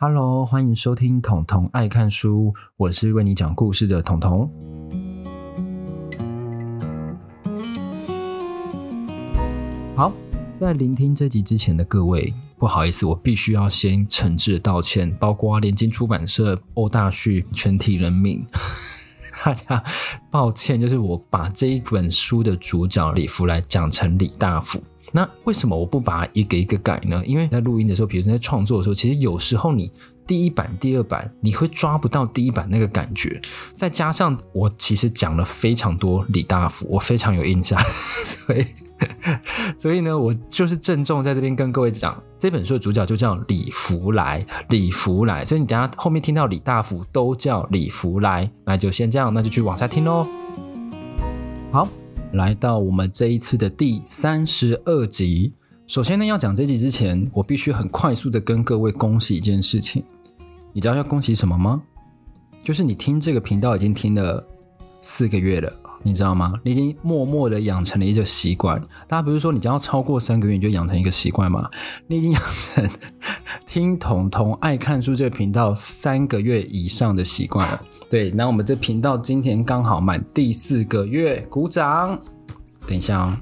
Hello， 欢迎收听统统爱看书，我是为你讲故事的统统。好，在聆听这集之前的各位，不好意思，我必须要先诚挚的道歉，包括联经出版社、欧大旭全体人民。大家抱歉，就是我把这一本书的主角李福来讲成李大福。那为什么我不把它一个一个改呢？因为在录音的时候，比如在创作的时候，其实有时候你第一版第二版你会抓不到第一版那个感觉，再加上我其实讲了非常多李大福，我非常有印象，所以呢，我就是郑重在这边跟各位讲，这本书的主角就叫李福来，李福来，所以你等一下后面听到李大福都叫李福来，那就先这样，那就去往下听咯。好，来到我们这一次的第32集。首先呢，要讲这集之前，我必须很快速的跟各位恭喜一件事情。你知道要恭喜什么吗？就是你听这个频道已经听了4个月了，你知道吗？你已经默默的养成了一个习惯。大家不是说你只要超过3个月你就养成一个习惯吗？你已经养成听统统爱看书这个频道3个月以上的习惯了。对，那我们这频道今天刚好满第4个月，鼓掌。等一下哦，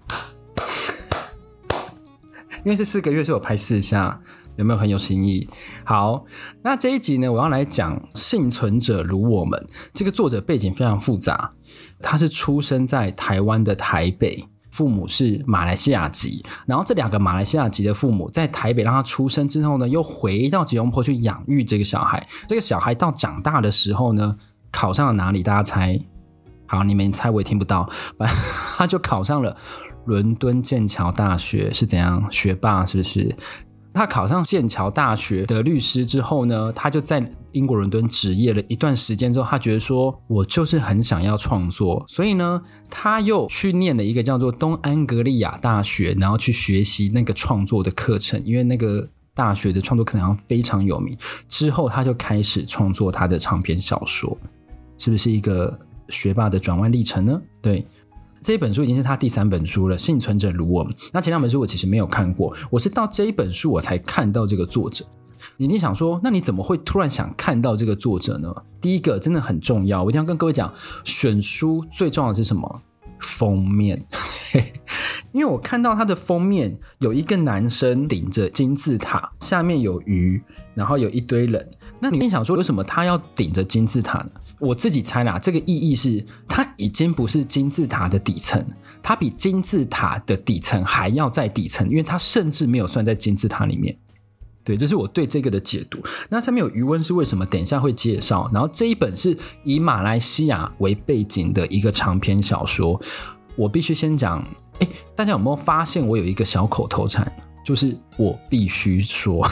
因为这4个月是我拍4下，有没有很有新意？好，那这一集呢，我要来讲幸存者如我们。这个作者背景非常复杂，他是出生在台湾的台北，父母是马来西亚籍，然后这2个马来西亚籍的父母在台北让他出生之后呢，又回到吉隆坡去养育这个小孩。这个小孩到长大的时候呢，考上了哪里？大家猜？好，你们猜我也听不到，反正他就考上了伦敦剑桥大学。是怎样？学霸是不是？他考上剑桥大学的律师之后呢，他就在英国伦敦执业了一段时间之后，他觉得说我就是很想要创作，所以呢他又去念了一个叫做东安格利亚大学，然后去学习那个创作的课程，因为那个大学的创作课程非常有名。之后他就开始创作他的长篇小说。是不是一个学霸的转弯历程呢？对，这本书已经是他第3本书了，幸存者如我们。那前2本书我其实没有看过，我是到这一本书我才看到这个作者。你一定想说，那你怎么会突然想看到这个作者呢？第一个真的很重要，我一定要跟各位讲，选书最重要的是什么？封面。因为我看到他的封面有一个男生顶着金字塔，下面有鱼，然后有一堆人。那你一定想说，为什么他要顶着金字塔呢？我自己猜啦，这个意义是它已经不是金字塔的底层，它比金字塔的底层还要在底层，因为它甚至没有算在金字塔里面。对，这是我对这个的解读。那下面有余温是为什么，等一下会介绍。然后这一本是以马来西亚为背景的一个长篇小说。我必须先讲，大家有没有发现我有一个小口头禅，就是我必须说。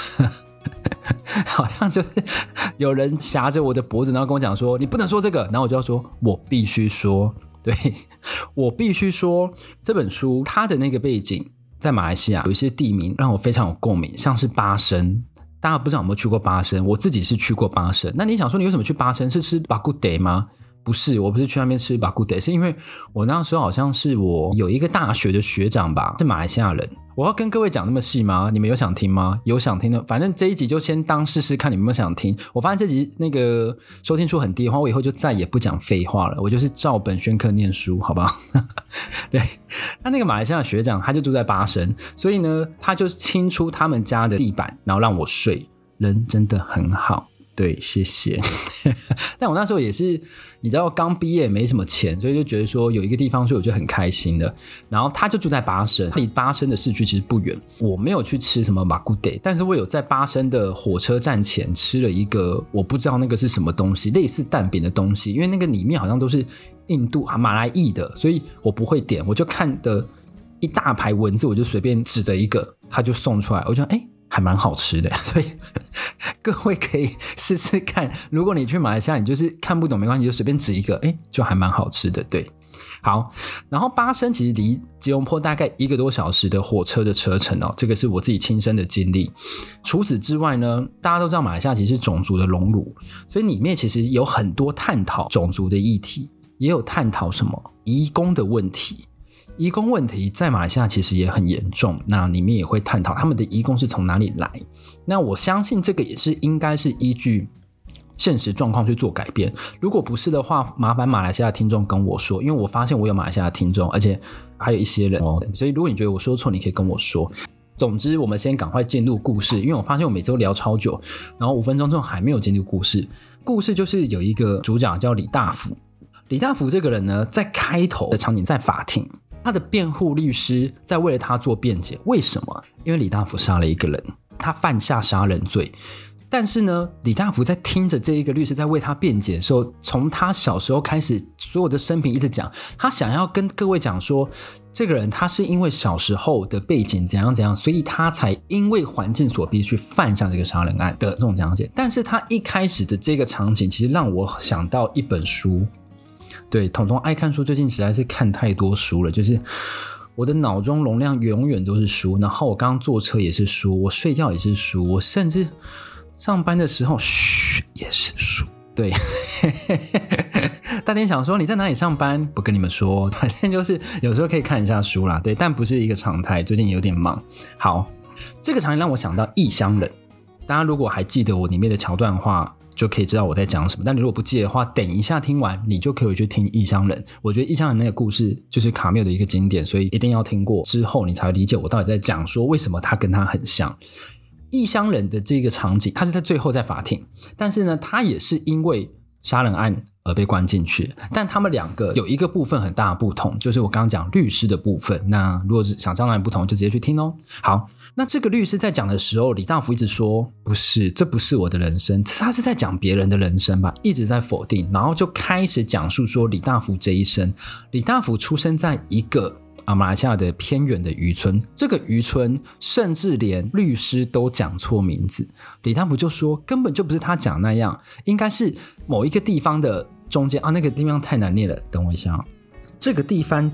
好像就是有人夹着我的脖子，然后跟我讲说你不能说这个，然后我就要说我必须说。对，我必须说。这本书它的那个背景在马来西亚有一些地名让我非常有共鸣，像是巴生。大家不知道有没有去过巴生，我自己是去过巴生。那你想说你为什么去巴生？是吃巴古德吗？不是，我不是去那边吃巴古德，是因为我那时候好像是我有一个大学的学长吧，是马来西亚人。我要跟各位讲那么细吗？你们有想听吗？有想听的，反正这一集就先当试试看，你们有没有想听。我发现这集那个收听数很低的话，我以后就再也不讲废话了，我就是照本宣科念书，好不好？对，那个马来西亚学长他就住在巴生，所以呢他就清出他们家的地板，然后让我睡，人真的很好。对，谢谢。但我那时候也是，你知道刚毕业没什么钱，所以就觉得说有一个地方睡我就很开心了。然后他就住在巴生，离巴生的市区其实不远。我没有去吃什么马古德，但是我有在巴生的火车站前吃了一个我不知道那个是什么东西，类似蛋饼的东西，因为那个里面好像都是印度马来裔的，所以我不会点，我就看的一大排文字，我就随便指着一个，他就送出来，我就还蛮好吃的，所以各位可以试试看。如果你去马来西亚，你就是看不懂没关系，就随便指一个，就还蛮好吃的。对，好，然后巴生其实离吉隆坡大概1个多小时的火车的车程哦，这个是我自己亲身的经历。除此之外呢，大家都知道马来西亚其实是种族的熔炉，所以里面其实有很多探讨种族的议题，也有探讨什么移工的问题。 移工问题在马来西亚其实也很严重，那里面也会探讨他们的移工是从哪里来。那我相信这个也是应该是依据现实状况去做改变，如果不是的话，麻烦马来西亚的听众跟我说，因为我发现我有马来西亚的听众，而且还有一些人所以如果你觉得我说错，你可以跟我说。总之我们先赶快进入故事，因为我发现我每周聊超久，然后5分钟之后还没有进入故事。故事就是有一个主角叫李大福，李大福这个人呢，在开头的场景在法庭，他的辩护律师在为了他做辩解。为什么？因为李大福杀了一个人，他犯下杀人罪。但是呢，李大福在听着这一个律师在为他辩解的时候，从他小时候开始，所有的生平一直讲，他想要跟各位讲说，这个人他是因为小时候的背景怎样怎样，所以他才因为环境所逼去犯下这个杀人案的这种讲解。但是他一开始的这个场景，其实让我想到一本书。对，彤彤爱看书，最近实在是看太多书了，就是我的脑中容量永远都是书，然后我刚刚坐车也是书，我睡觉也是书，我甚至上班的时候也是书。对大家想说你在哪里上班，不跟你们说，反正就是有时候可以看一下书啦，对，但不是一个常态，最近有点忙。好，这个场景让我想到异乡人，大家如果还记得我里面的桥段的话，就可以知道我在讲什么，但你如果不记得的话，等一下听完你就可以去听异乡人。我觉得异乡人那个故事就是卡缪的一个经典，所以一定要听过之后你才会理解我到底在讲说为什么他跟他很像。异乡人的这个场景，他是在最后在法庭，但是呢他也是因为杀人案而被关进去，但他们两个有一个部分很大的不同，就是我刚刚讲律师的部分。那如果是想知道哪里不同，就直接去听哦。好，那这个律师在讲的时候，李大福一直说不是，这不是我的人生，他是在讲别人的人生吧，一直在否定，然后就开始讲述说李大福这一生。李大福出生在一个马来西亚的偏远的渔村，这个渔村甚至连律师都讲错名字。李大福就说根本就不是他讲那样，应该是某一个地方的中间那个地方太难念了，等我一下这个地方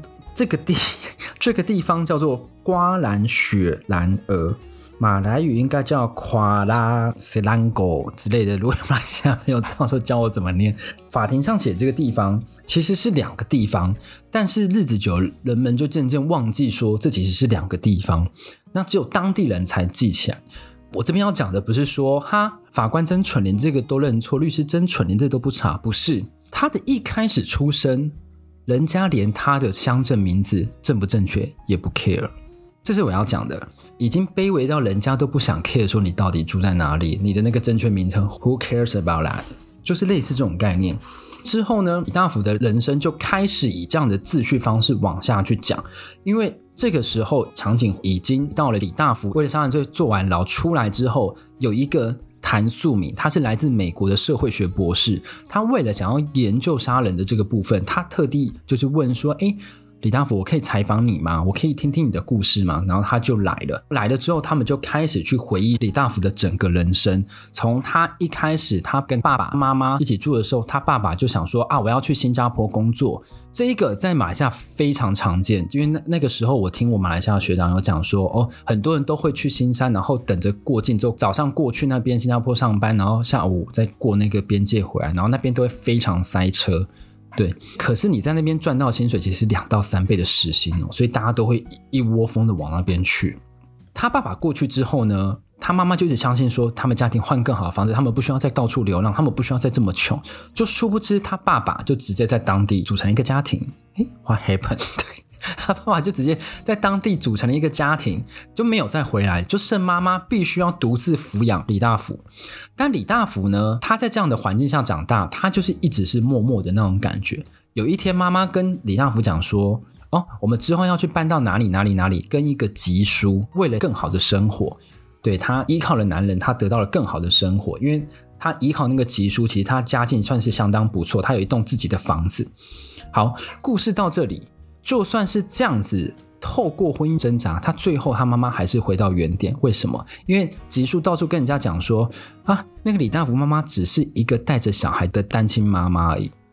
叫做瓜兰雪兰莪，马来语应该叫夸拉塞兰狗之类的，如果马来西亚没有这样说教我怎么念。法庭上写这个地方其实是2个地方，但是日子久人们就渐渐忘记说这其实是2个地方，那只有当地人才记起来。我这边要讲的不是说法官真蠢，连这个都认错，律师真蠢，连这个都不查，不是。他的一开始出生，人家连他的乡镇名字正不正确也不 care， 这是我要讲的。已经卑微到人家都不想 care 说你到底住在哪里，你的那个正确名称 Who cares about that， 就是类似这种概念。之后呢，李大福的人生就开始以这样的自序方式往下去讲，因为这个时候场景已经到了李大福为了杀人罪坐完牢出来之后，有一个谭素敏，他是来自美国的社会学博士，他为了想要研究杀人的这个部分，他特地就是问说李大福，我可以采访你吗？我可以听听你的故事吗？然后他就来了之后，他们就开始去回忆李大福的整个人生。从他一开始他跟爸爸妈妈一起住的时候，他爸爸就想说我要去新加坡工作，这一个在马来西亚非常常见，因为那个时候我听我马来西亚学长有讲说很多人都会去新山，然后等着过境之后早上过去那边新加坡上班，然后下午再过那个边界回来，然后那边都会非常塞车。对，可是你在那边赚到薪水其实是2到3倍的时薪所以大家都会一窝蜂的往那边去。他爸爸过去之后呢，他妈妈就一直相信说他们家庭换更好的房子，他们不需要再到处流浪，他们不需要再这么穷，就殊不知他爸爸就直接在当地组成一个家庭。What happened？ 对，他爸爸就直接在当地组成了一个家庭，就没有再回来，就剩妈妈必须要独自抚养李大福。但李大福呢，他在这样的环境下长大，他就是一直是默默的那种感觉。有一天妈妈跟李大福讲说我们之后要去搬到哪里哪里哪里，跟一个籍书，为了更好的生活。对，他依靠了男人，他得到了更好的生活，因为他依靠那个籍书，其实他家境算是相当不错，他有一栋自己的房子。好，故事到这里，就算是这样子透过婚姻挣扎，他最后他妈妈还是回到原点。为什么？因为集数到处跟人家讲说那个李大福妈妈只是一个带着小孩的单亲妈妈而已。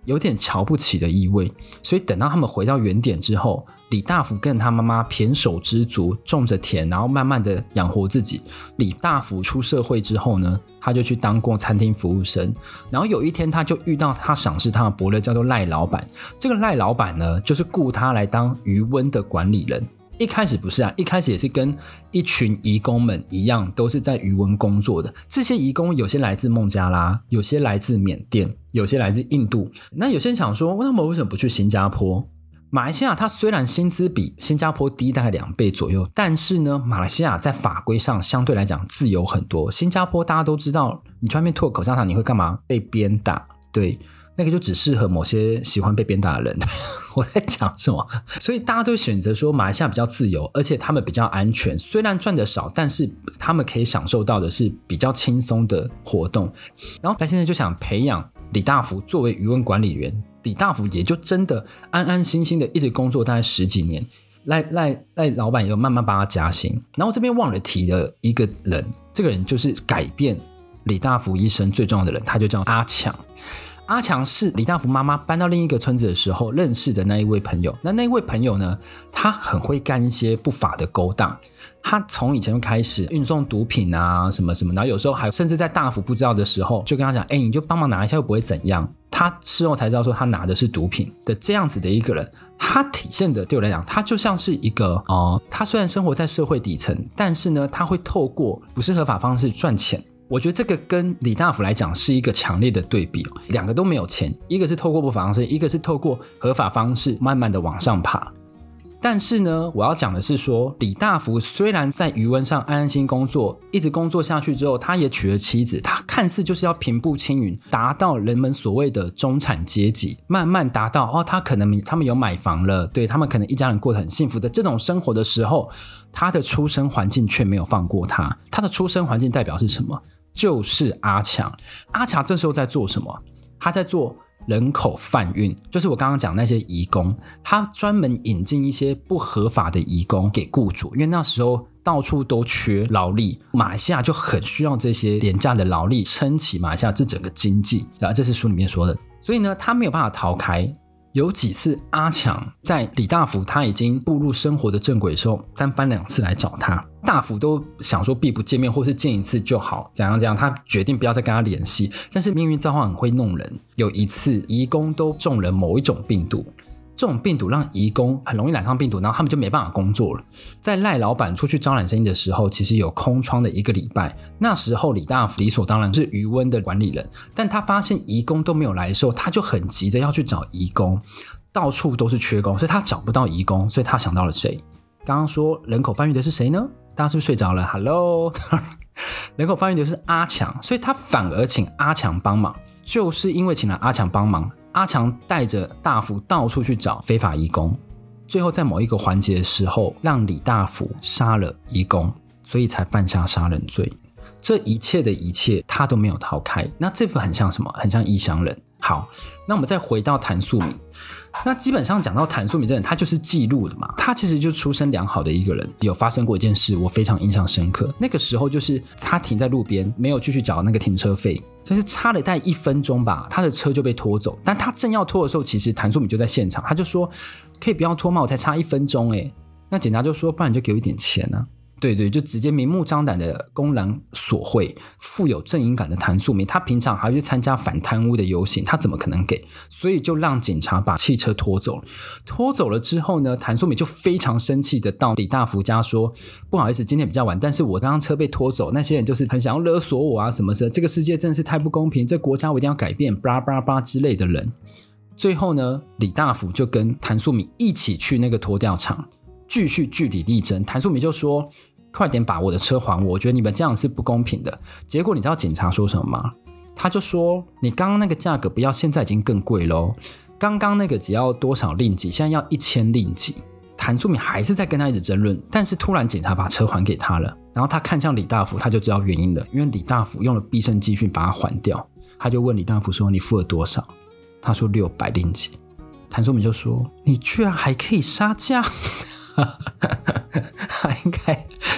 有点瞧不起的意味。所以等到他们回到原点之后，李大福跟他妈妈胼手知足，种着田，然后慢慢的养活自己。李大福出社会之后呢，他就去当过餐厅服务生，然后有一天他就遇到他赏识他的伯乐，叫做赖老板。这个赖老板呢，就是雇他来当渔温的管理人。一开始不是啊，一开始也是跟一群移工们一样，都是在渔温工作的。这些移工有些来自孟加拉，有些来自缅甸，有些来自印度。那有些人想说，那么为什么不去新加坡？马来西亚它虽然薪资比新加坡低大概2倍左右，但是呢，马来西亚在法规上相对来讲自由很多。新加坡大家都知道，你去外面吐口香糖你会干嘛？被鞭打。对，那个就只适合某些喜欢被鞭打的人。我在讲什么？所以大家都选择说马来西亚比较自由，而且他们比较安全。虽然赚得少，但是他们可以享受到的是比较轻松的活动。然后他现在就想培养李大福作为渔温管理员。李大福也就真的安安心心的一直工作大概10几年，赖老板也有慢慢帮他加薪。然后这边忘了提的一个人，这个人就是改变李大福一生最重要的人，他就叫阿强。阿强是李大福妈妈搬到另一个村子的时候认识的那一位朋友。那一位朋友呢，他很会干一些不法的勾当。他从以前就开始运送毒品啊什么什么，然后有时候还甚至在大福不知道的时候就跟他讲，你就帮忙拿一下又不会怎样。他事后才知道说他拿的是毒品的这样子的一个人。他体现的对我来讲，他就像是一个他虽然生活在社会底层，但是呢他会透过不是合法方式赚钱。我觉得这个跟李大福来讲是一个强烈的对比，两个都没有钱，一个是透过不法方式，一个是透过合法方式慢慢的往上爬。但是呢，我要讲的是说，李大福虽然在渔温上安安心工作，一直工作下去之后，他也娶了妻子，他看似就是要平步青云，达到人们所谓的中产阶级，慢慢达到他们有买房了，对，他们可能一家人过得很幸福的这种生活的时候，他的出生环境却没有放过他。他的出生环境代表是什么？就是阿强。阿强这时候在做什么？他在做人口贩运，就是我刚刚讲那些移工，他专门引进一些不合法的移工给雇主，因为那时候到处都缺劳力，马来西亚就很需要这些廉价的劳力撑起马来西亚这整个经济，这是书里面说的。所以呢，他没有办法逃开。有几次阿强在李大福他已经步入生活的正轨的时候，3番2次来找他，大福都想说避不见面，或是见一次就好，怎样，他决定不要再跟他联系。但是命运造化很会弄人，有一次移工都中了某一种病毒，这种病毒让移工很容易染上病毒，然后他们就没办法工作了。在赖老板出去招揽生意的时候，其实有空窗的1个礼拜，那时候李大福理所当然是渔温的管理人，但他发现移工都没有来的时候，他就很急着要去找移工，到处都是缺工，所以他找不到移工，所以他想到了谁？刚刚说人口贩运的是谁呢？大家是不是睡着了 ？Hello， 人口贩运的是阿强，所以他反而请阿强帮忙，就是因为请了阿强帮忙，阿强带着大福到处去找非法移工，最后在某一个环节的时候，让李大福杀了移工，所以才犯下杀人罪。这一切的一切，他都没有逃开。那这部很像什么？很像异乡人。好，那我们再回到谭素敏。那基本上讲到谭素敏这人，他就是记录的嘛，他其实就出身良好的一个人。有发生过一件事，我非常印象深刻。那个时候就是他停在路边，没有继续缴那个停车费，就是差了大概1分钟吧，他的车就被拖走。但他正要拖的时候，其实谭素敏就在现场，他就说：“可以不要拖吗？我才差1分钟欸。”那警察就说：“不然你就给我一点钱啊。”对，就直接明目张胆的公然索贿。富有正义感的谭素敏，他平常还会去参加反贪污的游行，他怎么可能给？所以就让警察把汽车拖走了。拖走了之后呢，谭素敏就非常生气的到李大福家说：“不好意思，今天比较晚，但是我刚刚车被拖走，那些人就是很想要勒索我啊什么的，这个世界真的是太不公平，这国家我一定要改变，巴拉巴拉巴拉之类的人。”最后呢，李大福就跟谭素敏一起去那个拖吊场，继续据理力争。谭素敏就说：“快点把我的车还我，我觉得你们这样是不公平的。”结果你知道警察说什么吗？他就说：“你刚刚那个价格不要，现在已经更贵咯，刚刚那个只要多少令吉，现在要1000令吉。”谭素敏还是在跟他一直争论，但是突然警察把车还给他了，然后他看向李大福，他就知道原因了，因为李大福用了毕生积蓄把他还掉。他就问李大福说：“你付了多少？”他说600令吉。谭素敏就说：“你居然还可以杀价！”他应该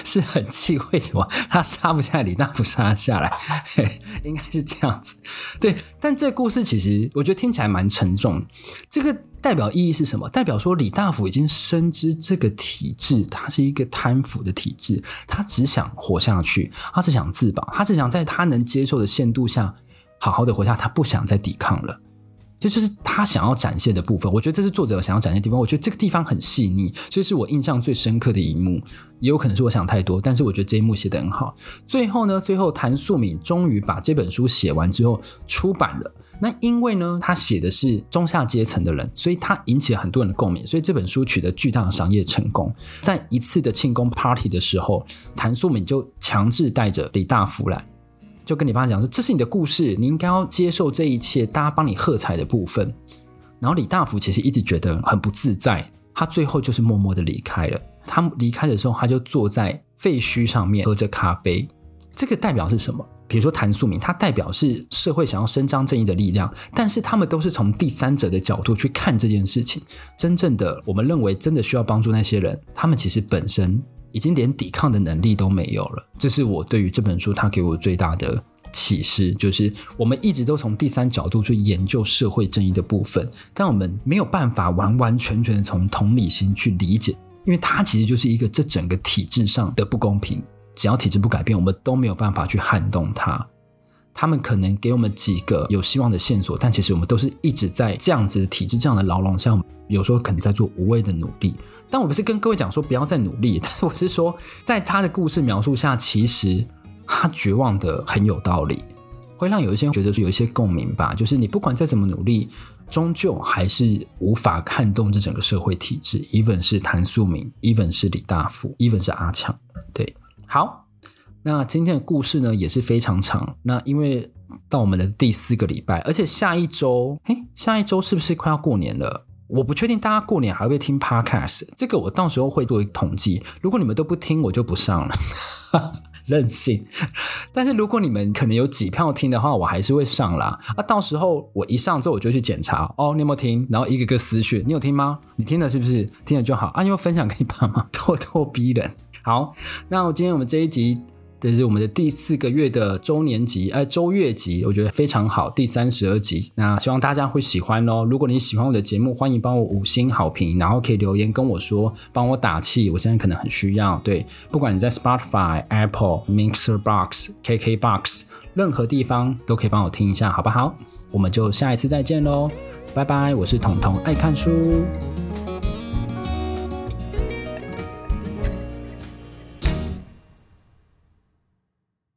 是很气为什么他杀不下来，李大福杀下来，应该是这样子。对，但这个故事其实我觉得听起来蛮沉重。这个代表意义是什么？代表说李大福已经深知这个体制它是一个贪腐的体制，他只想活下去，他只想自保，他只想在他能接受的限度下好好的活下，他不想再抵抗了。这就是他想要展现的部分，我觉得这是作者想要展现的地方。我觉得这个地方很细腻，所以是我印象最深刻的一幕，也有可能是我想太多，但是我觉得这一幕写得很好。最后谭素敏终于把这本书写完之后出版了。那因为呢他写的是中下阶层的人，所以他引起了很多人的共鸣，所以这本书取得巨大的商业成功。在一次的庆功 party 的时候，谭素敏就强制带着李大福来，就跟你爸讲说，这是你的故事，你应该要接受这一切，大家帮你喝彩的部分。然后李大福其实一直觉得很不自在，他最后就是默默的离开了。他离开的时候，他就坐在废墟上面喝着咖啡。这个代表是什么？比如说谭素敏，他代表是社会想要伸张正义的力量，但是他们都是从第三者的角度去看这件事情。真正的我们认为真的需要帮助那些人，他们其实本身已经连抵抗的能力都没有了。这是我对于这本书它给我最大的启示，就是我们一直都从第三角度去研究社会正义的部分，但我们没有办法完完全全的从同理心去理解，因为它其实就是一个这整个体制上的不公平。只要体制不改变，我们都没有办法去撼动它。他们可能给我们几个有希望的线索，但其实我们都是一直在这样子的体制这样的牢笼下，有时候可能在做无谓的努力。但我不是跟各位讲说不要再努力，但我是说在他的故事描述下，其实他绝望的很有道理，会让有一些人觉得有一些共鸣吧。就是你不管再怎么努力，终究还是无法撼动这整个社会体制。even 是谭素敏， even 是李大福， even 是阿强。对，好，那今天的故事呢也是非常长。那因为到我们的第4个礼拜，而且下一周是不是快要过年了？我不确定大家过年还会听 podcast， 这个我到时候会做一个统计。如果你们都不听，我就不上了。任性。但是如果你们可能有几票听的话，我还是会上啦。到时候我一上之后我就去检查，你有没有听，然后一个个私讯，你有听吗？你听了是不是？听了就好你有分享给你爸妈，咄咄逼人。好，那今天我们这一集这是我们的第4个月的周月集，我觉得非常好，第32集。那希望大家会喜欢咯。如果你喜欢我的节目，欢迎帮我5星好评，然后可以留言跟我说，帮我打气，我现在可能很需要。对，不管你在 Spotify、Apple、Mixer Box、KK Box 任何地方都可以帮我听一下，好不好？我们就下一次再见咯，拜拜。我是彤彤，爱看书。